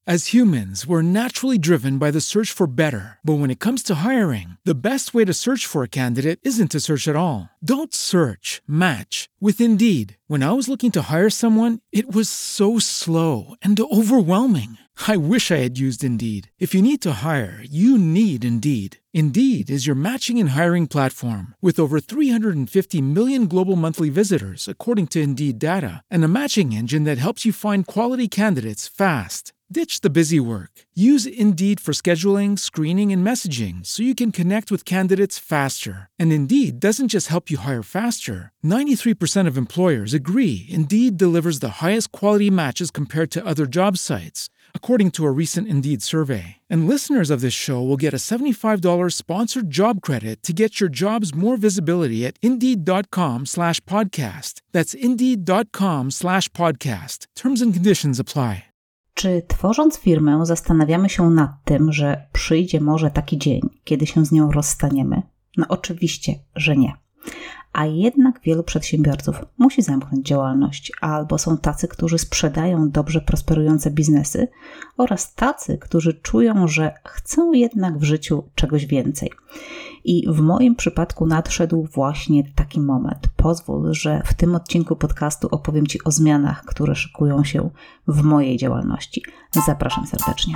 As humans, we're naturally driven by the search for better. But when it comes to hiring, the best way to search for a candidate isn't to search at all. Don't search, match with Indeed. When I was looking to hire someone, it was so slow and overwhelming. I wish I had used Indeed. If you need to hire, you need Indeed. Indeed is your matching and hiring platform with over 350 million global monthly visitors, according to Indeed data, and a matching engine that helps you find quality candidates fast. Ditch the busy work. Use Indeed for scheduling, screening, and messaging so you can connect with candidates faster. And Indeed doesn't just help you hire faster. 93% of employers agree Indeed delivers the highest quality matches compared to other job sites, according to a recent Indeed survey. And listeners of this show will get a $75 sponsored job credit to get your jobs more visibility at Indeed.com/podcast. That's Indeed.com/podcast. Terms and conditions apply. Czy tworząc firmę zastanawiamy się nad tym, że przyjdzie może taki dzień, kiedy się z nią rozstaniemy? No oczywiście, że nie. A jednak wielu przedsiębiorców musi zamknąć działalność, albo są tacy, którzy sprzedają dobrze prosperujące biznesy oraz tacy, którzy czują, że chcą jednak w życiu czegoś więcej. I w moim przypadku nadszedł właśnie taki moment. Pozwól, że w tym odcinku podcastu opowiem Ci o zmianach, które szykują się w mojej działalności. Zapraszam serdecznie.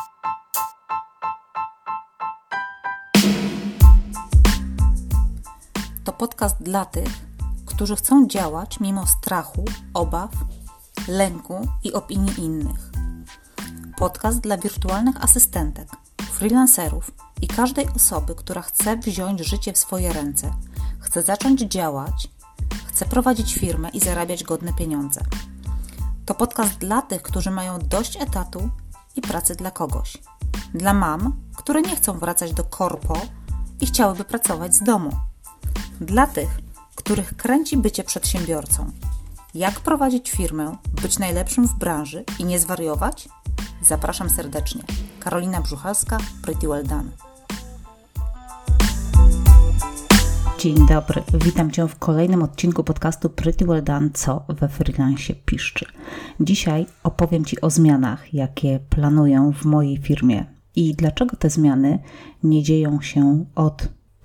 To podcast dla tych, którzy chcą działać mimo strachu, obaw, lęku i opinii innych. Podcast dla wirtualnych asystentek, freelancerów i każdej osoby, która chce wziąć życie w swoje ręce, chce zacząć działać, chce prowadzić firmę i zarabiać godne pieniądze. To podcast dla tych, którzy mają dość etatu i pracy dla kogoś. Dla mam, które nie chcą wracać do korpo i chciałyby pracować z domu. Dla tych, których kręci bycie przedsiębiorcą. Jak prowadzić firmę, być najlepszym w branży i nie zwariować? Zapraszam serdecznie. Karolina Brzuchalska, Pretty Well Done. Dzień dobry, witam Cię w kolejnym odcinku podcastu Pretty Well Done, co we freelancie piszczy. Dzisiaj opowiem Ci o zmianach, jakie planuję w mojej firmie i dlaczego te zmiany nie dzieją się od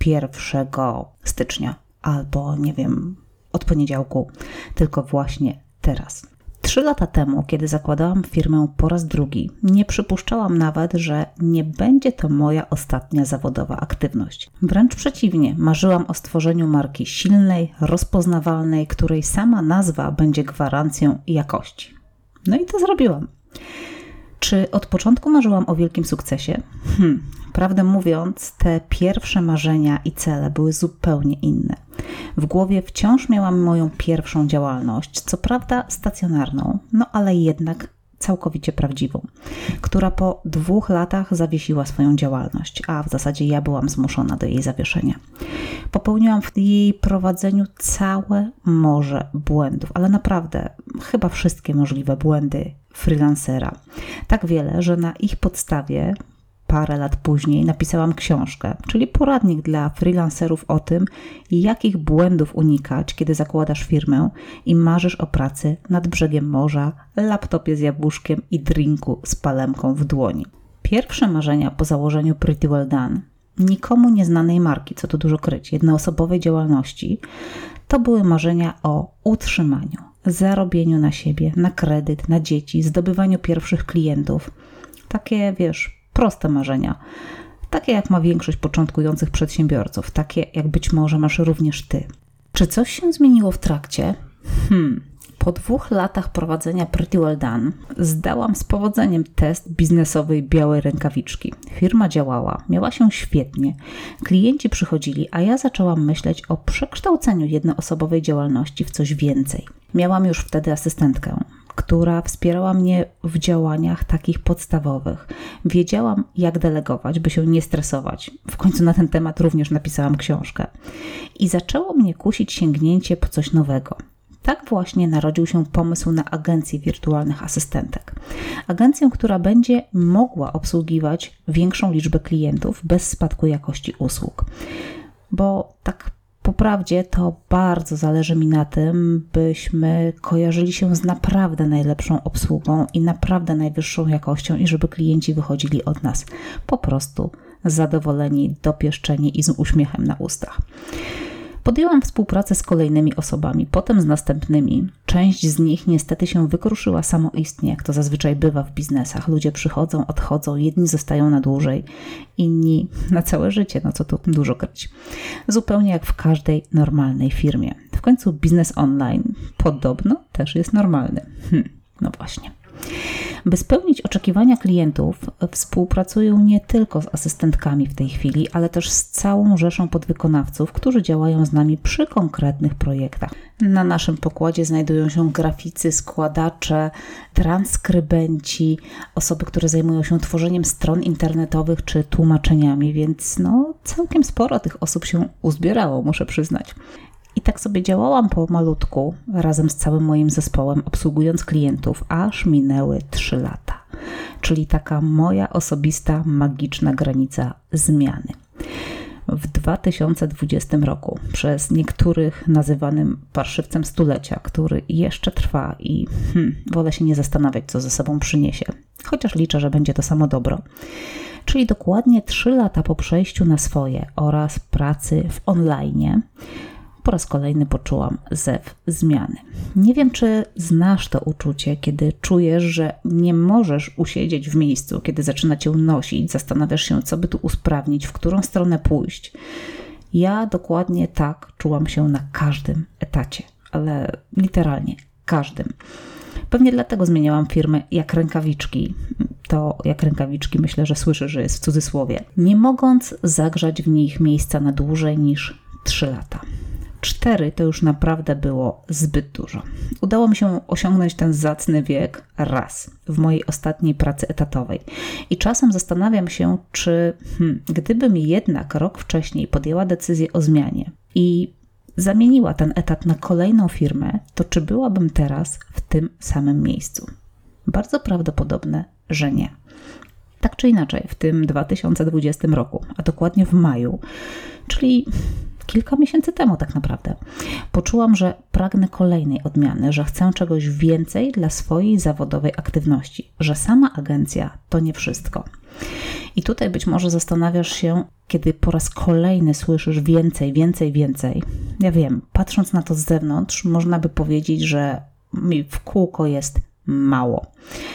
1 stycznia albo, nie wiem, od poniedziałku, tylko właśnie teraz. 3 lata temu, kiedy zakładałam firmę po raz drugi, nie przypuszczałam nawet, że nie będzie to moja ostatnia zawodowa aktywność. Wręcz przeciwnie, marzyłam o stworzeniu marki silnej, rozpoznawalnej, której sama nazwa będzie gwarancją jakości. No i to zrobiłam. Czy od początku marzyłam o wielkim sukcesie? Prawdę mówiąc, te pierwsze marzenia i cele były zupełnie inne. W głowie wciąż miałam moją pierwszą działalność, co prawda stacjonarną, no ale jednak całkowicie prawdziwą, która po 2 latach zawiesiła swoją działalność, a w zasadzie ja byłam zmuszona do jej zawieszenia. Popełniłam w jej prowadzeniu całe morze błędów, ale naprawdę chyba wszystkie możliwe błędy freelancera. Tak wiele, że na ich podstawie parę lat później napisałam książkę, czyli poradnik dla freelancerów o tym, jakich błędów unikać, kiedy zakładasz firmę i marzysz o pracy nad brzegiem morza, laptopie z jabłuszkiem i drinku z palemką w dłoni. Pierwsze marzenia po założeniu Pretty Well Done, nikomu nieznanej marki, co tu dużo kryć, jednoosobowej działalności, to były marzenia o utrzymaniu, zarobieniu na siebie, na kredyt, na dzieci, zdobywaniu pierwszych klientów. Takie, proste marzenia. Takie jak ma większość początkujących przedsiębiorców. Takie jak być może masz również Ty. Czy coś się zmieniło w trakcie? Po 2 latach prowadzenia Pretty Well Done zdałam z powodzeniem test biznesowej białej rękawiczki. Firma działała, miała się świetnie, klienci przychodzili, a ja zaczęłam myśleć o przekształceniu jednoosobowej działalności w coś więcej. Miałam już wtedy asystentkę, która wspierała mnie w działaniach takich podstawowych. Wiedziałam, jak delegować, by się nie stresować. W końcu na ten temat również napisałam książkę. I zaczęło mnie kusić sięgnięcie po coś nowego. Tak właśnie narodził się pomysł na agencję wirtualnych asystentek. Agencję, która będzie mogła obsługiwać większą liczbę klientów bez spadku jakości usług. Bo tak Po prawdzie to bardzo zależy mi na tym, byśmy kojarzyli się z naprawdę najlepszą obsługą i naprawdę najwyższą jakością i żeby klienci wychodzili od nas po prostu zadowoleni, dopieszczeni i z uśmiechem na ustach. Podjęłam współpracę z kolejnymi osobami, potem z następnymi. Część z nich niestety się wykruszyła samoistnie, jak to zazwyczaj bywa w biznesach. Ludzie przychodzą, odchodzą, jedni zostają na dłużej, inni na całe życie, no co tu dużo kryć. Zupełnie jak w każdej normalnej firmie. W końcu biznes online podobno też jest normalny. No właśnie. By spełnić oczekiwania klientów, współpracuję nie tylko z asystentkami w tej chwili, ale też z całą rzeszą podwykonawców, którzy działają z nami przy konkretnych projektach. Na naszym pokładzie znajdują się graficy, składacze, transkrybenci, osoby, które zajmują się tworzeniem stron internetowych czy tłumaczeniami, więc całkiem sporo tych osób się uzbierało, muszę przyznać. I tak sobie działałam pomalutku razem z całym moim zespołem, obsługując klientów, aż minęły 3 lata. Czyli taka moja osobista, magiczna granica zmiany. W 2020 roku, przez niektórych nazywanym parszywcem stulecia, który jeszcze trwa i wolę się nie zastanawiać, co ze sobą przyniesie, chociaż liczę, że będzie to samo dobro. Czyli dokładnie 3 lata po przejściu na swoje oraz pracy w online, po raz kolejny poczułam zew zmiany. Nie wiem, czy znasz to uczucie, kiedy czujesz, że nie możesz usiedzieć w miejscu, kiedy zaczyna cię nosić, zastanawiasz się, co by tu usprawnić, w którą stronę pójść. Ja dokładnie tak czułam się na każdym etacie, ale literalnie każdym. Pewnie dlatego zmieniałam firmę jak rękawiczki. To jak rękawiczki myślę, że słyszę, że jest w cudzysłowie. Nie mogąc zagrzać w nich miejsca na dłużej niż 3 lata. 4 to już naprawdę było zbyt dużo. Udało mi się osiągnąć ten zacny wiek raz w mojej ostatniej pracy etatowej. I czasem zastanawiam się, czy gdybym jednak rok wcześniej podjęła decyzję o zmianie i zamieniła ten etat na kolejną firmę, to czy byłabym teraz w tym samym miejscu? Bardzo prawdopodobne, że nie. Tak czy inaczej, w tym 2020 roku, a dokładnie w maju, czyli kilka miesięcy temu tak naprawdę, poczułam, że pragnę kolejnej odmiany, że chcę czegoś więcej dla swojej zawodowej aktywności, że sama agencja to nie wszystko. I tutaj być może zastanawiasz się, kiedy po raz kolejny słyszysz więcej. Ja wiem, patrząc na to z zewnątrz, można by powiedzieć, że mi w kółko jest mało.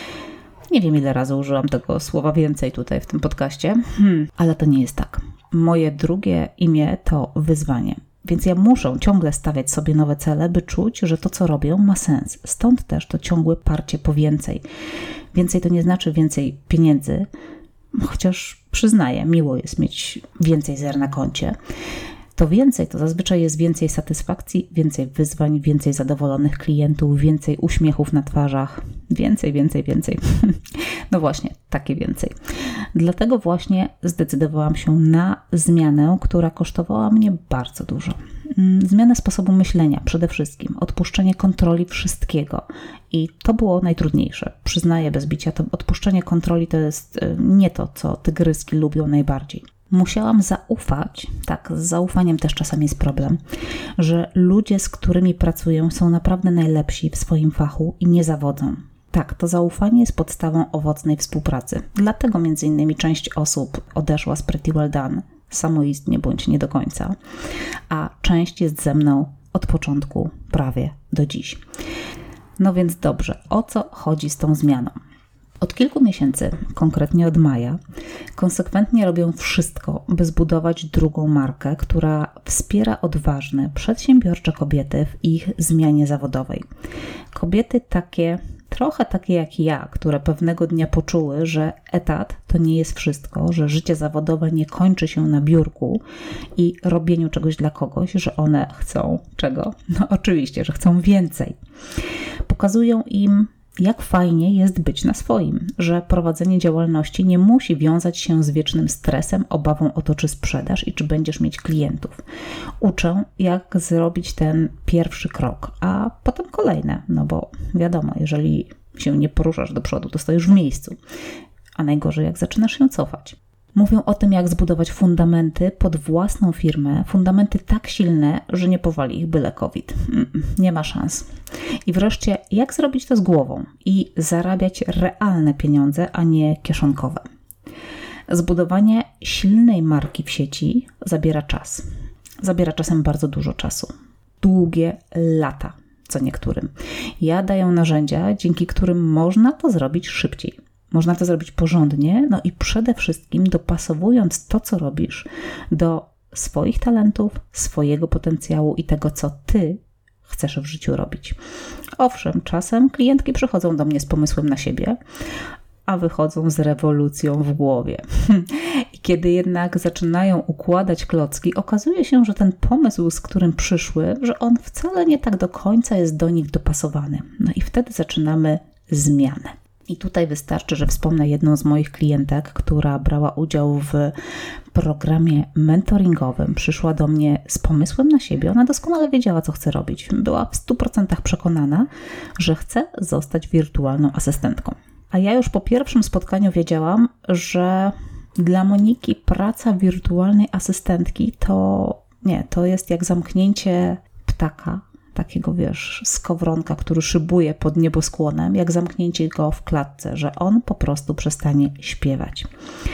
Nie wiem, ile razy użyłam tego słowa więcej tutaj w tym podcaście, ale to nie jest tak. Moje drugie imię to wyzwanie, więc ja muszę ciągle stawiać sobie nowe cele, by czuć, że to, co robię, ma sens. Stąd też to ciągłe parcie po więcej. Więcej to nie znaczy więcej pieniędzy, chociaż przyznaję, miło jest mieć więcej zer na koncie. To więcej to zazwyczaj jest więcej satysfakcji, więcej wyzwań, więcej zadowolonych klientów, więcej uśmiechów na twarzach. Więcej. No właśnie, takie więcej. Dlatego właśnie zdecydowałam się na zmianę, która kosztowała mnie bardzo dużo. Zmianę sposobu myślenia przede wszystkim, odpuszczenie kontroli wszystkiego. I to było najtrudniejsze. Przyznaję bez bicia, to odpuszczenie kontroli to jest nie to, co tygryski lubią najbardziej. Musiałam zaufać, tak, z zaufaniem też czasami jest problem, że ludzie, z którymi pracuję, są naprawdę najlepsi w swoim fachu i nie zawodzą. Tak, to zaufanie jest podstawą owocnej współpracy. Dlatego m.in. część osób odeszła z Pretty Well Done samoistnie bądź nie do końca, a część jest ze mną od początku prawie do dziś. No więc dobrze, o co chodzi z tą zmianą? Od kilku miesięcy, konkretnie od maja, konsekwentnie robię wszystko, by zbudować drugą markę, która wspiera odważne, przedsiębiorcze kobiety w ich zmianie zawodowej. Kobiety trochę takie jak ja, które pewnego dnia poczuły, że etat to nie jest wszystko, że życie zawodowe nie kończy się na biurku i robieniu czegoś dla kogoś, że one chcą czego? No oczywiście, że chcą więcej. Pokazują im, jak fajnie jest być na swoim, że prowadzenie działalności nie musi wiązać się z wiecznym stresem, obawą o to, czy sprzedasz i czy będziesz mieć klientów. Uczę, jak zrobić ten pierwszy krok, a potem kolejne, no bo wiadomo, jeżeli się nie poruszasz do przodu, to stoisz w miejscu, a najgorzej, jak zaczynasz się cofać. Mówią o tym, jak zbudować fundamenty pod własną firmę, fundamenty tak silne, że nie powali ich byle COVID. Nie ma szans. I wreszcie, jak zrobić to z głową i zarabiać realne pieniądze, a nie kieszonkowe. Zbudowanie silnej marki w sieci zabiera czas. Zabiera czasem bardzo dużo czasu. Długie lata, co niektórym. Ja daję narzędzia, dzięki którym można to zrobić szybciej. Można to zrobić porządnie, no i przede wszystkim dopasowując to, co robisz, do swoich talentów, swojego potencjału i tego, co ty chcesz w życiu robić. Owszem, czasem klientki przychodzą do mnie z pomysłem na siebie, a wychodzą z rewolucją w głowie. I kiedy jednak zaczynają układać klocki, okazuje się, że ten pomysł, z którym przyszły, że on wcale nie tak do końca jest do nich dopasowany. No i wtedy zaczynamy zmianę. I tutaj wystarczy, że wspomnę jedną z moich klientek, która brała udział w programie mentoringowym. Przyszła do mnie z pomysłem na siebie. Ona doskonale wiedziała, co chce robić. Była w 100% przekonana, że chce zostać wirtualną asystentką. A ja już po pierwszym spotkaniu wiedziałam, że dla Moniki praca wirtualnej asystentki to jest jak zamknięcie ptaka, takiego skowronka, który szybuje pod nieboskłonem, jak zamknięcie go w klatce, że on po prostu przestanie śpiewać.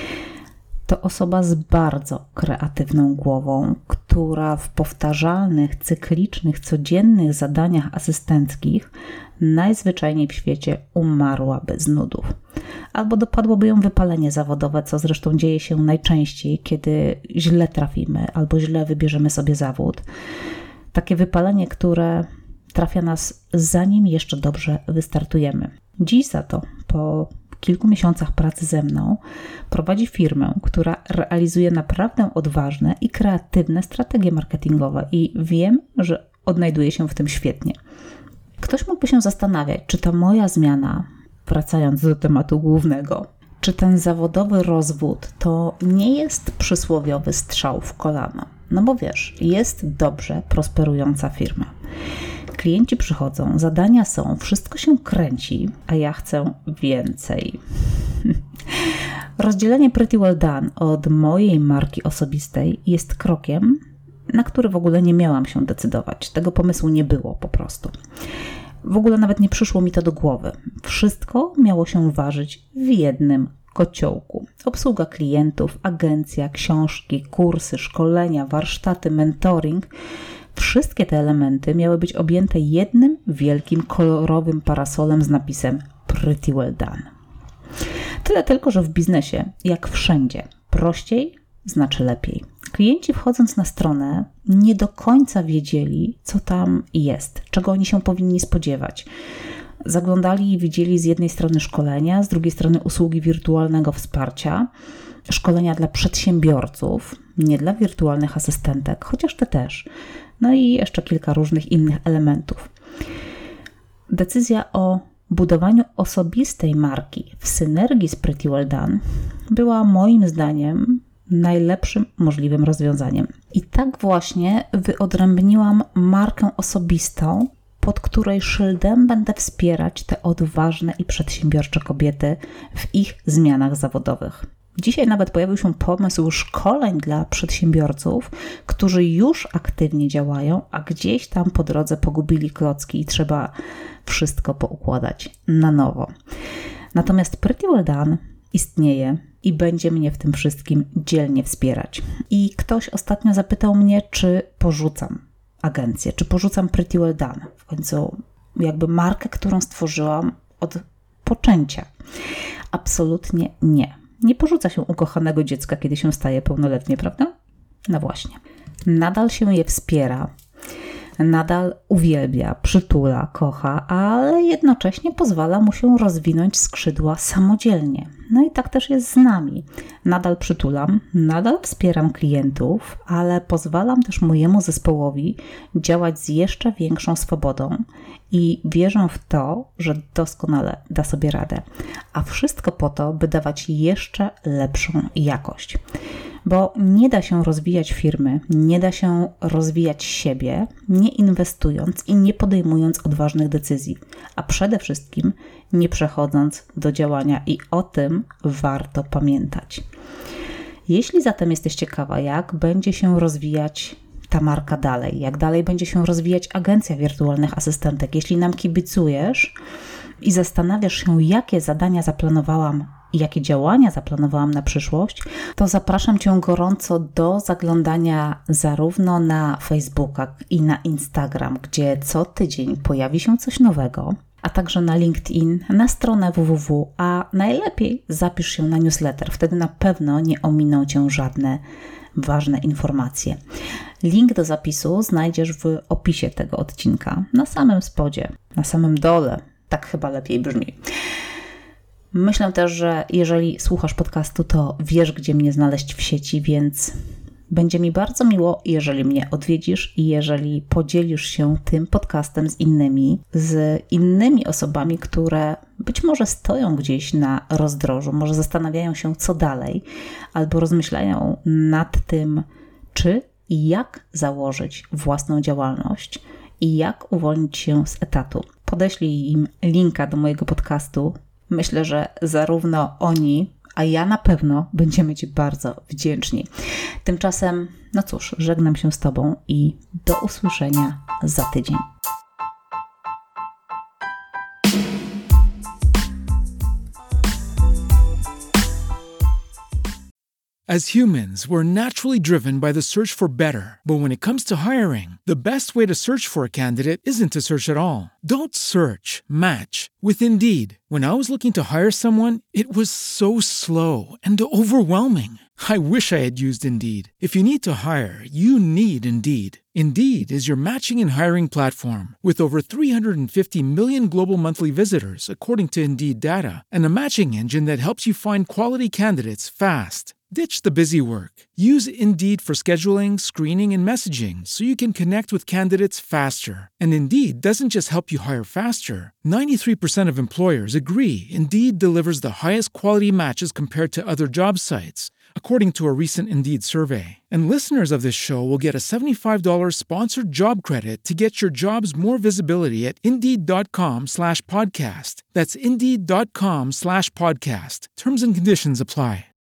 To osoba z bardzo kreatywną głową, która w powtarzalnych, cyklicznych, codziennych zadaniach asystenckich najzwyczajniej w świecie umarłaby z nudów. Albo dopadłoby ją wypalenie zawodowe, co zresztą dzieje się najczęściej, kiedy źle trafimy albo źle wybierzemy sobie zawód. Takie wypalenie, które trafia nas zanim jeszcze dobrze wystartujemy. Dziś za to, po kilku miesiącach pracy ze mną, prowadzi firmę, która realizuje naprawdę odważne i kreatywne strategie marketingowe i wiem, że odnajduje się w tym świetnie. Ktoś mógłby się zastanawiać, czy ta moja zmiana, wracając do tematu głównego, czy ten zawodowy rozwód to nie jest przysłowiowy strzał w kolano. No bo jest dobrze prosperująca firma. Klienci przychodzą, zadania są, wszystko się kręci, a ja chcę więcej. Rozdzielenie Pretty Well Done od mojej marki osobistej jest krokiem, na który w ogóle nie miałam się decydować. Tego pomysłu nie było po prostu. W ogóle nawet nie przyszło mi to do głowy. Wszystko miało się ważyć w jednym kociołku. Obsługa klientów, agencja, książki, kursy, szkolenia, warsztaty, mentoring. Wszystkie te elementy miały być objęte jednym wielkim, kolorowym parasolem z napisem Pretty Well Done. Tyle tylko, że w biznesie, jak wszędzie, prościej znaczy lepiej. Klienci wchodząc na stronę nie do końca wiedzieli, co tam jest, czego oni się powinni spodziewać. Zaglądali i widzieli z jednej strony szkolenia, z drugiej strony usługi wirtualnego wsparcia, szkolenia dla przedsiębiorców, nie dla wirtualnych asystentek, chociaż te też. No i jeszcze kilka różnych innych elementów. Decyzja o budowaniu osobistej marki w synergii z Pretty Well Done była moim zdaniem najlepszym możliwym rozwiązaniem. I tak właśnie wyodrębniłam markę osobistą, pod której szyldem będę wspierać te odważne i przedsiębiorcze kobiety w ich zmianach zawodowych. Dzisiaj nawet pojawił się pomysł szkoleń dla przedsiębiorców, którzy już aktywnie działają, a gdzieś tam po drodze pogubili klocki i trzeba wszystko poukładać na nowo. Natomiast Pretty Well Done istnieje i będzie mnie w tym wszystkim dzielnie wspierać. I ktoś ostatnio zapytał mnie, czy porzucam agencję, czy porzucam Pretty Well Done. W końcu jakby markę, którą stworzyłam od poczęcia. Absolutnie nie. Nie porzuca się ukochanego dziecka, kiedy się staje pełnoletnie, prawda? No właśnie. Nadal się je wspiera, nadal uwielbia, przytula, kocha, ale jednocześnie pozwala mu się rozwinąć skrzydła samodzielnie. No i tak też jest z nami. Nadal przytulam, nadal wspieram klientów, ale pozwalam też mojemu zespołowi działać z jeszcze większą swobodą i wierzę w to, że doskonale da sobie radę. A wszystko po to, by dawać jeszcze lepszą jakość. Bo nie da się rozwijać firmy, nie da się rozwijać siebie, nie inwestując i nie podejmując odważnych decyzji, a przede wszystkim nie przechodząc do działania i o tym warto pamiętać. Jeśli zatem jesteś ciekawa, jak będzie się rozwijać ta marka dalej, jak dalej będzie się rozwijać agencja wirtualnych asystentek, jeśli nam kibicujesz i zastanawiasz się, jakie zadania zaplanowałam i jakie działania zaplanowałam na przyszłość, to zapraszam Cię gorąco do zaglądania zarówno na Facebooka i na Instagram, gdzie co tydzień pojawi się coś nowego, a także na LinkedIn, na stronę www, a najlepiej zapisz się na newsletter. Wtedy na pewno nie ominą Cię żadne ważne informacje. Link do zapisu znajdziesz w opisie tego odcinka, na samym spodzie, na samym dole. Tak chyba lepiej brzmi. Myślę też, że jeżeli słuchasz podcastu, to wiesz, gdzie mnie znaleźć w sieci, więc będzie mi bardzo miło, jeżeli mnie odwiedzisz i jeżeli podzielisz się tym podcastem z innymi osobami, które być może stoją gdzieś na rozdrożu, może zastanawiają się, co dalej, albo rozmyślają nad tym, czy i jak założyć własną działalność i jak uwolnić się z etatu. Podeślij im linka do mojego podcastu. Myślę, że zarówno oni, a ja na pewno będziemy Ci bardzo wdzięczni. Tymczasem, no cóż, żegnam się z Tobą i do usłyszenia za tydzień. As humans, we're naturally driven by the search for better. But when it comes to hiring, the best way to search for a candidate isn't to search at all. Don't search, match with Indeed. When I was looking to hire someone, it was so slow and overwhelming. I wish I had used Indeed. If you need to hire, you need Indeed. Indeed is your matching and hiring platform with over 350 million global monthly visitors, according to Indeed data, and a matching engine that helps you find quality candidates fast. Ditch the busy work. Use Indeed for scheduling, screening, and messaging so you can connect with candidates faster. And Indeed doesn't just help you hire faster. 93% of employers agree Indeed delivers the highest quality matches compared to other job sites, according to a recent Indeed survey. And listeners of this show will get a $75 sponsored job credit to get your jobs more visibility at Indeed.com/podcast. That's Indeed.com/podcast. Terms and conditions apply.